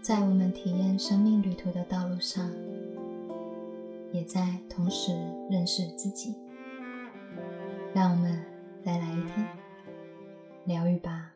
在我们体验生命旅途的道路上，也在同时认识自己。让我们再来一天疗愈吧。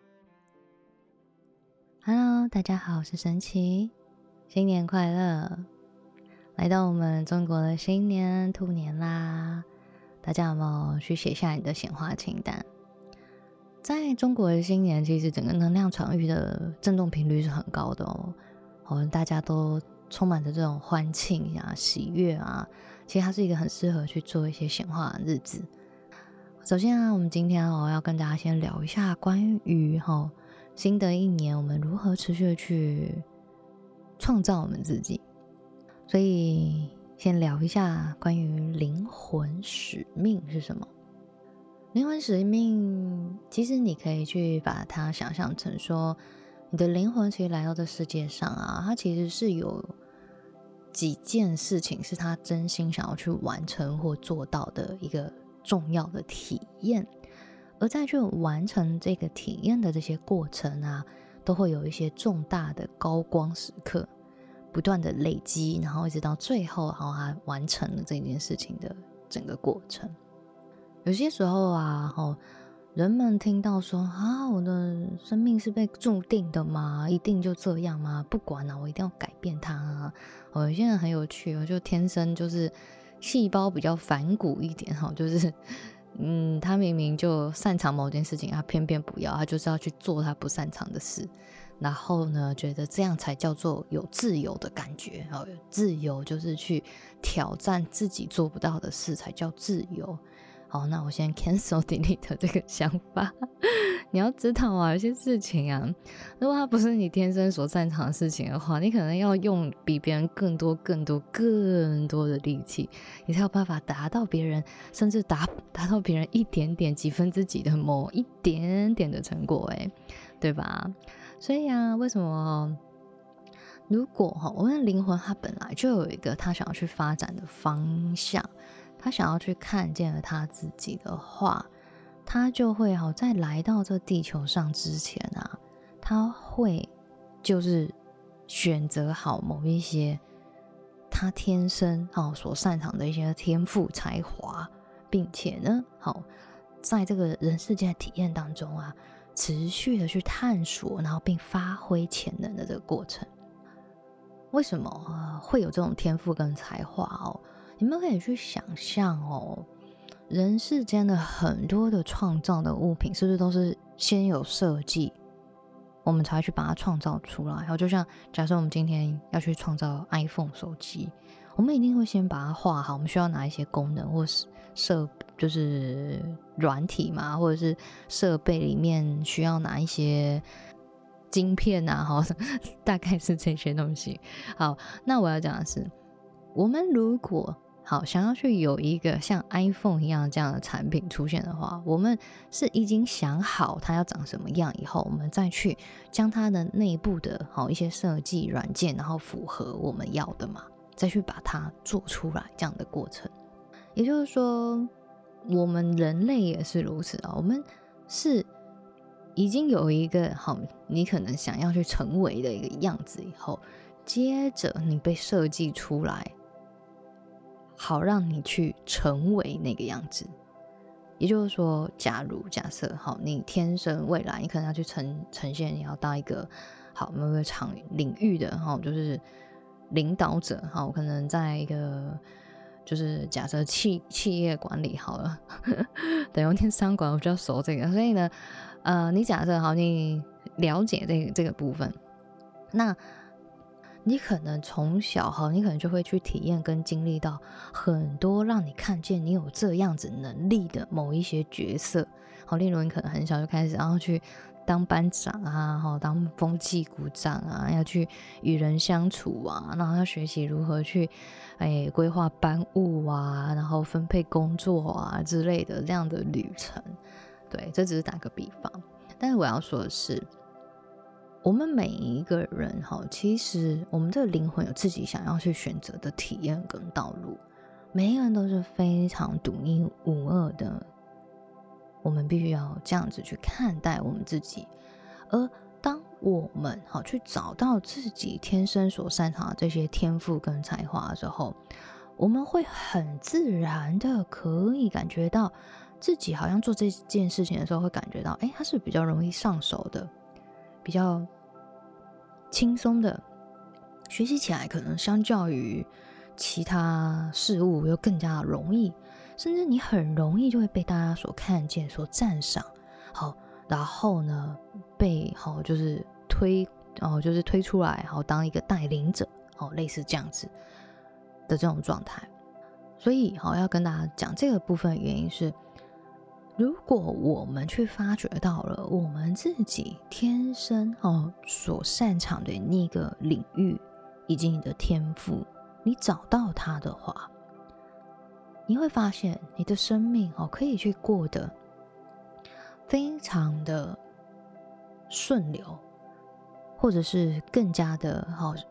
Hello， 大家好，我是神奇，新年快乐！来到我们中国的新年兔年啦，大家有没有去写下你的显化清单？在中国的新年，其实整个能量场域的振动频率是很高的大家都充满着这种欢庆啊、喜悦啊，其实它是一个很适合去做一些显化的日子。首先我们今天要跟大家先聊一下关于新的一年我们如何持续的去创造我们自己。所以先聊一下关于灵魂使命是什么。灵魂使命其实你可以去把它想象成说，你的灵魂其实来到这世界上它其实是有几件事情是他真心想要去完成或做到的一个重要的体验，而在去完成这个体验的这些过程都会有一些重大的高光时刻不断的累积，然后一直到最后他完成了这件事情的整个过程。有些时候人们听到说我的生命是被注定的吗？一定就这样吗？不管我一定要改变它有些人很有趣就天生就是细胞比较反骨一点就是他明明就擅长某件事情，他偏偏不要，他就是要去做他不擅长的事，然后呢觉得这样才叫做有自由的感觉自由就是去挑战自己做不到的事才叫自由。好，那我先 cancel delete 这个想法。你要知道有些事情如果它不是你天生所擅长的事情的话，你可能要用比别人更多的力气，你才有办法达到别人，甚至达到别人一点点几分之几的某一点点的成果对吧？所以为什么如果我的灵魂它本来就有一个它想要去发展的方向，他想要去看见了他自己的话，他就会在来到这地球上之前他会就是选择好某一些他天生所擅长的一些天赋才华，并且呢在这个人世间的体验当中持续的去探索，然后并发挥潜能的这个过程。为什么会有这种天赋跟才华你们可以去想象人世间的很多的创造的物品是不是都是先有设计，我们才去把它创造出来就像假设我们今天要去创造 iPhone 手机，我们一定会先把它画好，我们需要哪一些功能或是就是软体嘛，或者是设备里面需要哪一些晶片大概是这些东西。好，那我要讲的是，我们如果想要去有一个像 iPhone 一样这样的产品出现的话，我们是已经想好它要长什么样以后，我们再去将它的内部的一些设计软件，然后符合我们要的嘛，再去把它做出来这样的过程。也就是说我们人类也是如此我们是已经有一个你可能想要去成为的一个样子以后，接着你被设计出来，好让你去成为那个样子。也就是说假设你天生未来你可能要去呈现你要当一个某个场领域的就是领导者可能在一个就是假设企业管理好了等用念商管我比较熟这个，所以呢你假设你了解这个部分，那你可能从小你可能就会去体验跟经历到很多让你看见你有这样子能力的某一些角色例如你可能很小就开始然后去当班长当风纪股长要去与人相处然后要学习如何去规划班务然后分配工作之类的这样的旅程。对，这只是打个比方，但是我要说的是，我们每一个人其实我们这个灵魂有自己想要去选择的体验跟道路，每一个人都是非常独一无二的，我们必须要这样子去看待我们自己。而当我们去找到自己天生所擅长的这些天赋跟才华的时候，我们会很自然的可以感觉到自己好像做这件事情的时候会感觉到，它是比较容易上手的，比较轻松的，学习起来可能相较于其他事物又更加容易，甚至你很容易就会被大家所看见、所赞赏。好，然后呢，被就是推出来，当一个带领者，类似这样子的这种状态。所以要跟大家讲这个部分的原因是，如果我们去发掘到了我们自己天生所擅长的那个领域以及你的天赋，你找到它的话，你会发现你的生命可以去过得非常的顺流，或者是更加的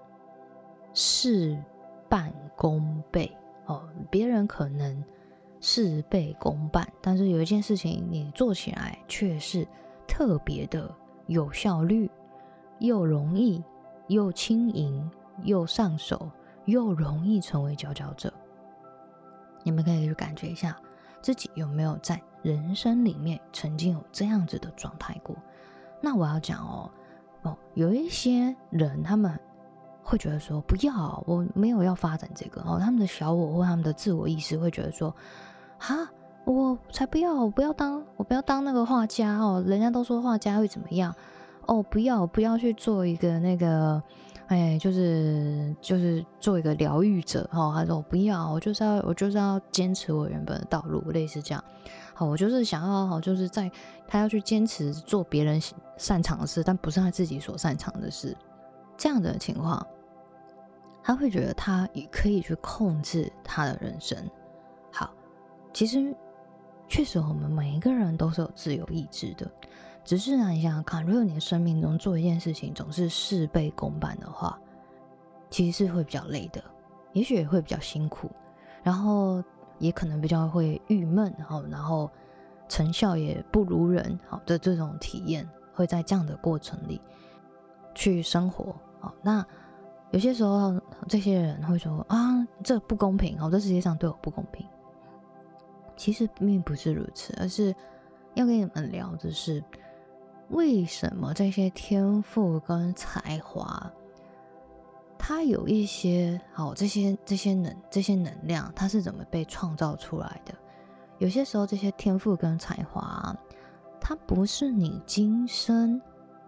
事半功倍。别人可能事倍功半，但是有一件事情你做起来却是特别的有效率，又容易又轻盈又上手，又容易成为佼佼者。你们可以去感觉一下自己有没有在人生里面曾经有这样子的状态过。那我要讲有一些人他们会觉得说，不要，我没有要发展这个他们的小我或他们的自我意识会觉得说，我才不要，我不要当那个画家人家都说画家会怎么样不要去做一个那个就是做一个疗愈者他说我不要，我就是要坚持我原本的道路，类似这样。我就是想要就是他要去坚持做别人擅长的事，但不是他自己所擅长的事，这样的情况，他会觉得他也可以去控制他的人生。好，其实确实我们每一个人都是有自由意志的，只是你想想看，如果你的生命中做一件事情总是事倍功半的话，其实是会比较累的，也许也会比较辛苦，然后也可能比较会郁闷，然后成效也不如人的这种体验会在这样的过程里去生活。那有些时候这些人会说这不公平，这世界上对我不公平。其实并不是如此，而是要跟你们聊的是，为什么这些天赋跟才华它有一些这些能量它是怎么被创造出来的。有些时候这些天赋跟才华它不是你今生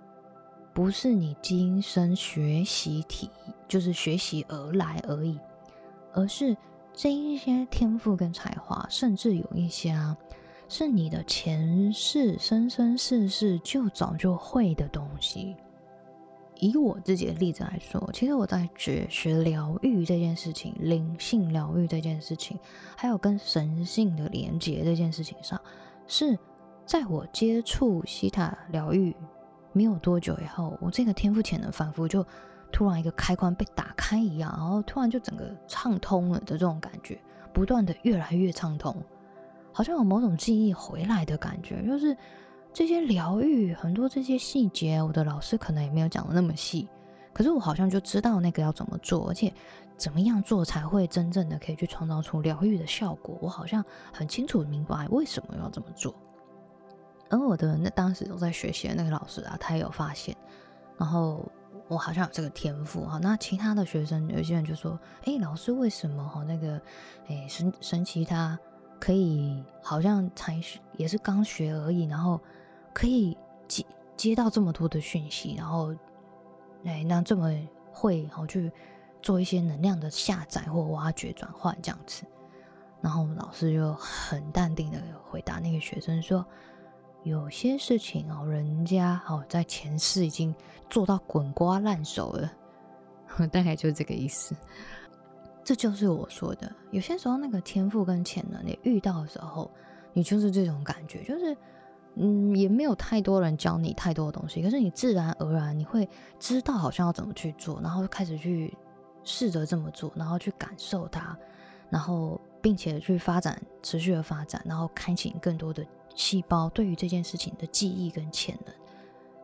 学习就是学习而来而已，而是这一些天赋跟才华，甚至有一些是你的前世生生世世就早就会的东西。以我自己的例子来说，其实我在学疗愈这件事情，灵性疗愈这件事情，还有跟神性的连结这件事情上，是在我接触西塔疗愈没有多久以后，我这个天赋潜能仿佛就突然一个开关被打开一样，然后突然就整个畅通了的这种感觉，不断的越来越畅通，好像有某种记忆回来的感觉。就是这些疗愈很多这些细节，我的老师可能也没有讲的那么细，可是我好像就知道那个要怎么做，而且怎么样做才会真正的可以去创造出疗愈的效果，我好像很清楚明白为什么要这么做。而我的当时我在学习的那个老师他也有发现，然后我好像有这个天赋那其他的学生有些人就说，老师为什么那个神奇他可以好像也是刚学而已，然后可以接到这么多的讯息，然后那这么会去做一些能量的下载或挖掘转换这样子。然后老师就很淡定的回答那个学生说，有些事情人家在前世已经做到滚瓜烂熟了，大概就是这个意思。这就是我说的，有些时候那个天赋跟潜能你遇到的时候，你就是这种感觉，就是也没有太多人教你太多的东西，可是你自然而然你会知道好像要怎么去做，然后开始去试着这么做，然后去感受它，然后并且去持续的发展，然后开启更多的细胞对于这件事情的记忆跟潜能，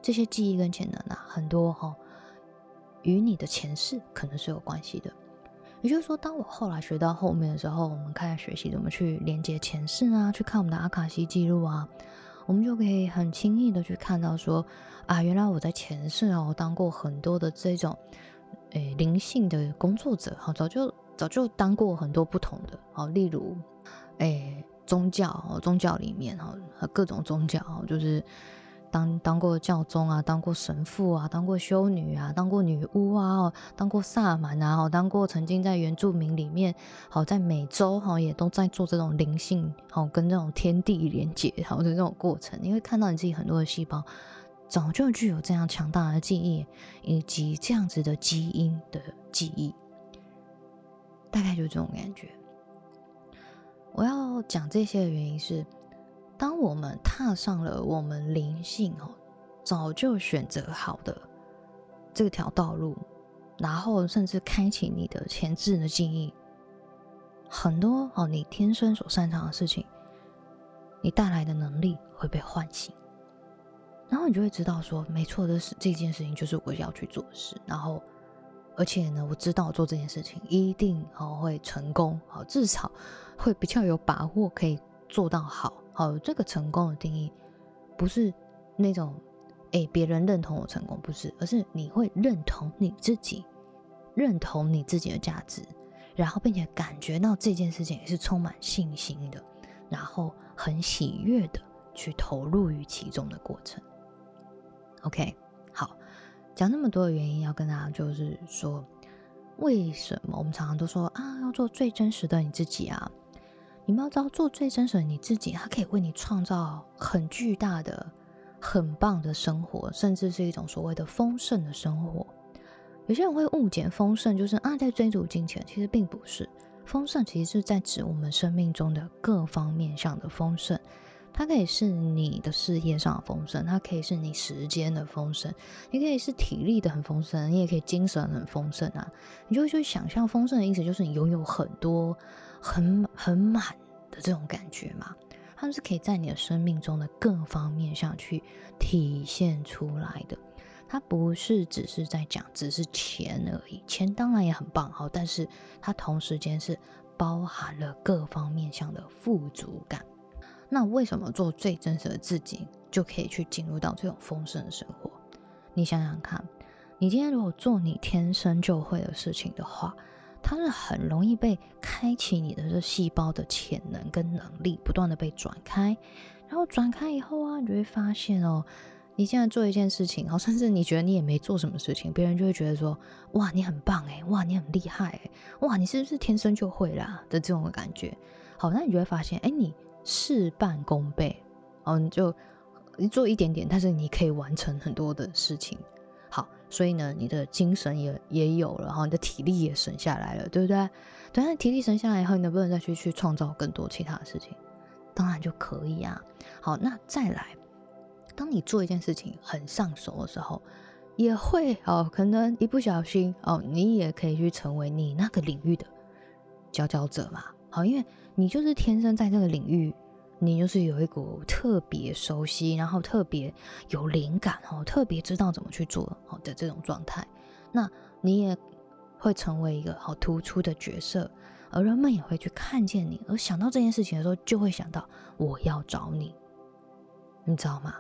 这些记忆跟潜能啊，很多与你的前世可能是有关系的。也就是说，当我后来学到后面的时候，我们开始学习怎么去连接前世啊，去看我们的阿卡西记录啊，我们就可以很轻易的去看到说啊，原来我在前世当过很多的这种灵性的工作者，早就当过很多不同的例如宗教里面各种宗教就是当过教宗啊，当过神父啊，当过修女啊，当过女巫啊，当过萨满啊，当过曾经在原住民里面在美洲也都在做这种灵性跟这种天地连结的这种过程。你会看到你自己很多的细胞早就具有这样强大的记忆，以及这样子的基因的记忆，大概就是这种感觉。我要讲这些的原因是，当我们踏上了我们灵性早就选择好的这条道路，然后甚至开启你的前置的记忆，很多你天生所擅长的事情，你带来的能力会被唤醒，然后你就会知道说，没错，这件事情就是我要去做的事，然后而且呢，我知道做这件事情一定会成功，至少会比较有把握可以做到好。这个成功的定义不是那种别人认同我成功，不是，而是你会认同你自己，认同你自己的价值，然后并且感觉到这件事情也是充满信心的，然后很喜悦的去投入于其中的过程。OK， 好，讲那么多的原因要跟大家就是说，为什么我们常常都说要做最真实的你自己啊？你们要知道，做最真实的你自己，它可以为你创造很巨大的、很棒的生活，甚至是一种所谓的丰盛的生活。有些人会误解丰盛就是在追逐金钱，其实并不是。丰盛其实是在指我们生命中的各方面上的丰盛。它可以是你的事业上的丰盛，它可以是你时间的丰盛，你可以是体力的很丰盛，你也可以精神很丰盛啊。你就会去想象丰盛的意思就是你拥有很多很满的这种感觉嘛。它是可以在你的生命中的各方面上去体现出来的。它不是只是在讲只是钱而已，钱当然也很棒，但是它同时间是包含了各方面上的富足感。那为什么做最真实的自己就可以去进入到这种丰盛的生活？你想想看，你今天如果做你天生就会的事情的话，它是很容易被开启你的这细胞的潜能跟能力不断的被转开，然后转开以后你就会发现你现在做一件事情甚至你觉得你也没做什么事情，别人就会觉得说，哇，你很棒哇，你很厉害哇，你是不是天生就会啦的这种感觉。好，那你就会发现你事半功倍你做一点点，但是你可以完成很多的事情。好，所以呢，你的精神也有了，你的体力也省下来了，对不对？等到体力省下来以后，你能不能再去创造更多其他的事情？当然就可以啊。好，那再来，当你做一件事情很上手的时候，也会可能一不小心你也可以去成为你那个领域的佼佼者嘛。好，因为你就是天生在这个领域，你就是有一股特别熟悉，然后特别有灵感特别知道怎么去做的这种状态，那你也会成为一个突出的角色，而人们也会去看见你，而想到这件事情的时候，就会想到我要找你，你知道吗？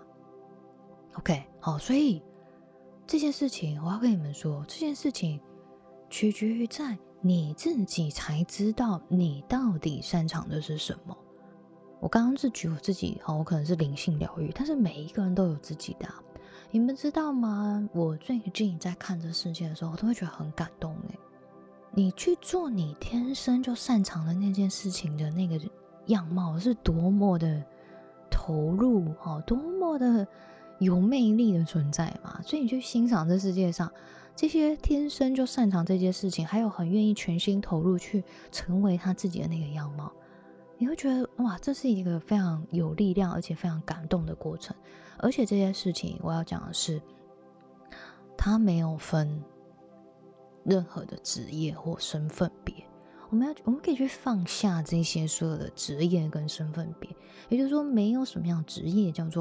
OK， 好，所以这件事情我要跟你们说，这件事情取决于在你自己才知道你到底擅长的是什么。我刚刚是举我自己我可能是灵性疗愈，但是每一个人都有自己的你们知道吗？我最近在看这世界的时候，我都会觉得很感动你去做你天生就擅长的那件事情的那个样貌是多么的投入多么的有魅力的存在嘛。所以你去欣赏这世界上这些天生就擅长这件事情，还有很愿意全心投入去成为他自己的那个样貌，你会觉得哇，这是一个非常有力量而且非常感动的过程。而且这件事情我要讲的是，它没有分任何的职业或身份别，我们可以去放下这些所有的职业跟身份别，也就是说没有什么样的职业叫做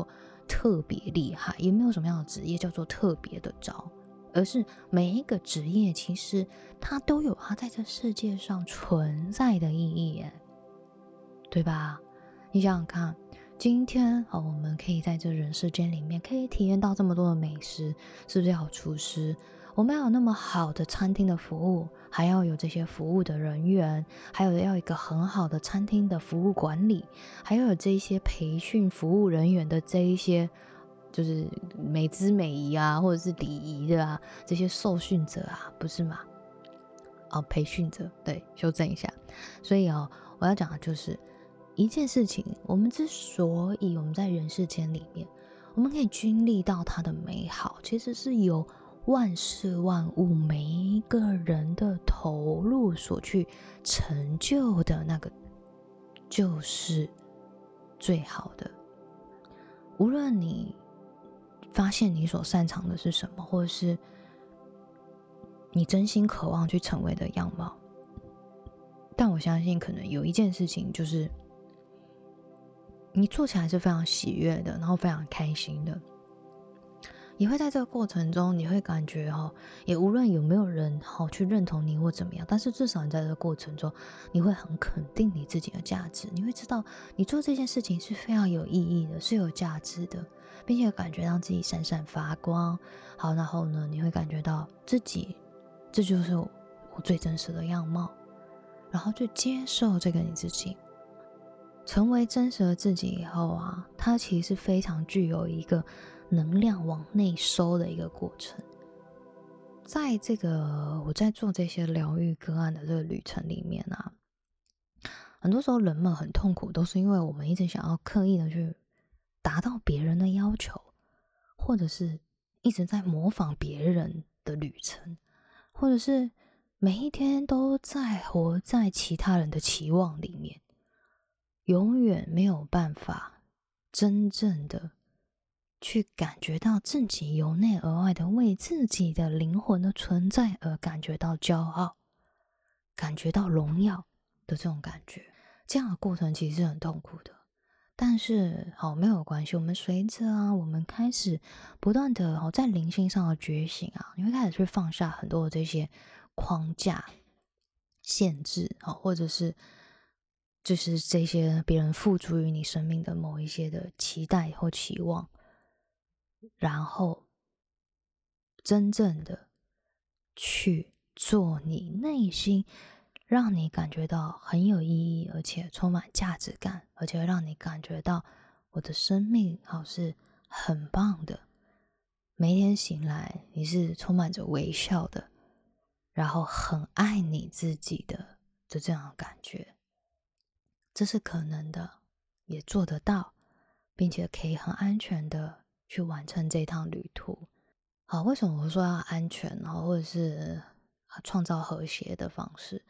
特别厉害，也没有什么样的职业叫做特别的招，而是每一个职业其实它都有它在这世界上存在的意义耶，对吧？你想想看，今天我们可以在这人世间里面可以体验到这么多的美食，是不是要有厨师？我们要有那么好的餐厅的服务，还要有这些服务的人员，还有要有一个很好的餐厅的服务管理，还要有这些培训服务人员的这一些就是美姿美仪啊，或者是礼仪的啊，这些受训者啊，不是吗？培训者，对，修正一下。所以我要讲的就是一件事情，我们之所以我们在人世间里面，我们可以经历到它的美好，其实是由万事万物每一个人的投入所去成就的那个，就是最好的。无论你发现你所擅长的是什么，或者是你真心渴望去成为的样貌，但我相信可能有一件事情就是你做起来是非常喜悦的，然后非常开心的，你会在这个过程中，你会感觉也无论有没有人去认同你或怎么样，但是至少你在这个过程中，你会很肯定你自己的价值，你会知道你做这件事情是非常有意义的，是有价值的，并且感觉到自己闪闪发光。好，然后呢，你会感觉到自己，这就是我最真实的样貌，然后去接受这个你自己。成为真实的自己以后它其实是非常具有一个能量往内收的一个过程。在这个我在做这些疗愈个案的这个旅程里面很多时候人们很痛苦，都是因为我们一直想要刻意的去达到别人的要求，或者是一直在模仿别人的旅程，或者是每一天都在活在其他人的期望里面，永远没有办法真正的去感觉到自己由内而外的为自己的灵魂的存在而感觉到骄傲，感觉到荣耀的这种感觉。这样的过程其实是很痛苦的，但是没有关系，我们随着我们开始不断的在灵性上的觉醒你会开始去放下很多的这些框架限制或者是就是这些别人付诸于你生命的某一些的期待或期望，然后真正的去做你内心让你感觉到很有意义，而且充满价值感，而且让你感觉到我的生命是很棒的。每天醒来你是充满着微笑的，然后很爱你自己的这样的感觉，这是可能的，也做得到，并且可以很安全的去完成这趟旅途。好，为什么我说要安全或者是创造和谐的方式？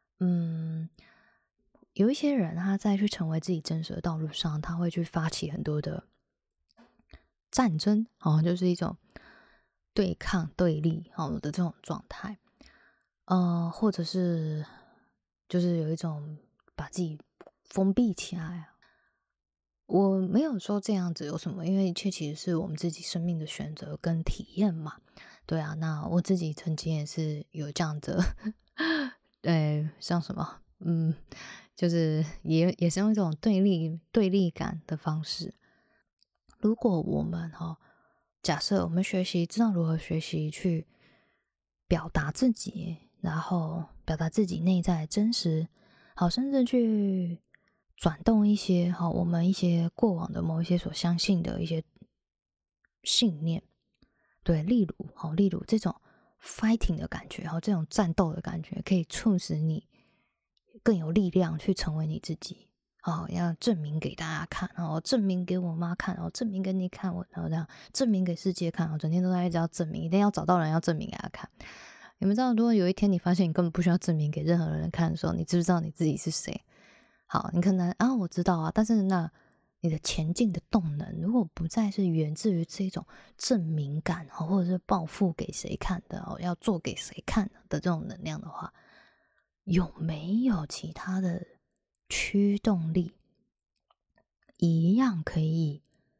有一些人他在去成为自己真实的道路上，他会去发起很多的战争就是一种对抗对立的这种状态，或者是就是有一种把自己封闭起来。我没有说这样子有什么，因为一切其实是我们自己生命的选择跟体验嘛。对啊，那我自己曾经也是有这样的像什么就是也是用一种对立感的方式。如果我们假设我们知道如何学习去表达自己，然后表达自己内在的真实，甚至去转动一些我们一些过往的某一些所相信的一些信念，对，例如这种 fighting 的感觉，这种战斗的感觉，可以促使你更有力量去成为你自己。要证明给大家看，证明给我妈看，证明给你看，然后这样证明给世界看，整天都在一直要证明，一定要找到人要证明给他看。你们知道，如果有一天你发现你根本不需要证明给任何人看的时候，你知不知道你自己是谁？好，你可能我知道但是那你的前进的动能，如果不再是源自于这种证明感或者是报复给谁看的要做给谁看的这种能量的话，有没有其他的驱动力一样可以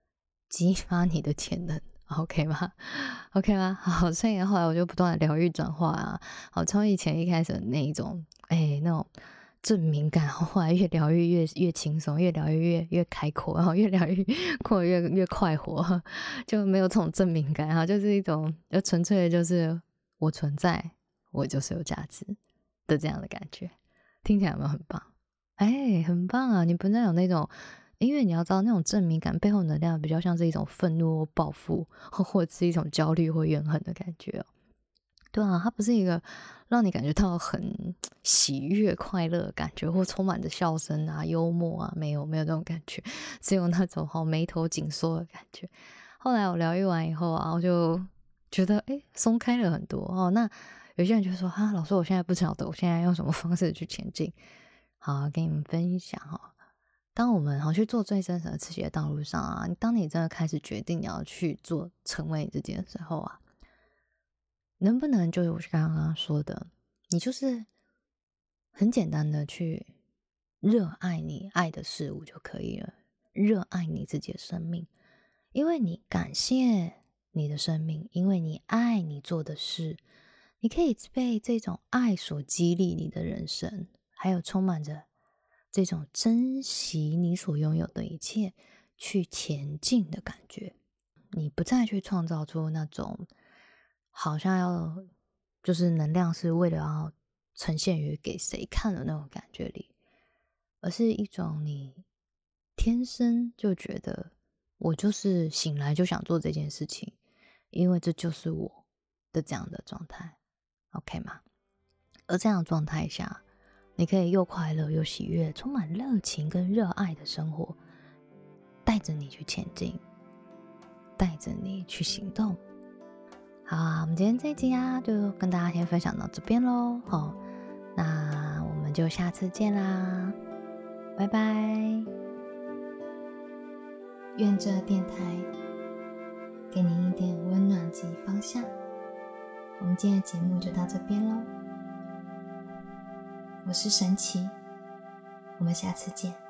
激发你的潜能。OK 吗 ？OK 吗？好，所以后来我就不断的疗愈转化啊，好，从以前一开始的那一种，那种正敏感，后来越疗愈越轻松，越疗愈越开阔，然后越疗愈过越快活，就没有这种正敏感哈，就是一种就纯粹的就是我存在，我就是有价值的这样的感觉，听起来有没有很棒？很棒啊！你不能有那种。因为你要知道，那种正敏感背后能量比较像是一种愤怒或报复，或者是一种焦虑或怨恨的感觉哦。对啊，它不是一个让你感觉到很喜悦、快乐的感觉，或充满着笑声啊、幽默啊，没有这种感觉，只有那种眉头紧缩的感觉。后来我疗愈完以后啊，我就觉得松开了很多哦。那有些人就说老师，我现在不晓得我现在用什么方式去前进。好，跟你们分享哦。当我们去做最真实的自己的道路上啊，当你真的开始决定你要去做成为这件时候啊，能不能就是我刚刚说的，你就是很简单的去热爱你爱的事物就可以了，热爱你自己的生命，因为你感谢你的生命，因为你爱你做的事，你可以被这种爱所激励你的人生，还有充满着这种珍惜你所拥有的一切去前进的感觉。你不再去创造出那种好像要就是能量是为了要呈现于给谁看的那种感觉里，而是一种你天生就觉得我就是醒来就想做这件事情，因为这就是我的这样的状态。OK 吗？而这样的状态下，你可以又快乐又喜悦，充满热情跟热爱的生活，带着你去前进，带着你去行动。好啊，我们今天这一集啊，就跟大家先分享到这边咯。好，那我们就下次见啦，拜拜。 愿这电台给您一点温暖及方向。我们今天的节目就到这边咯，我是神奇，我们下次见。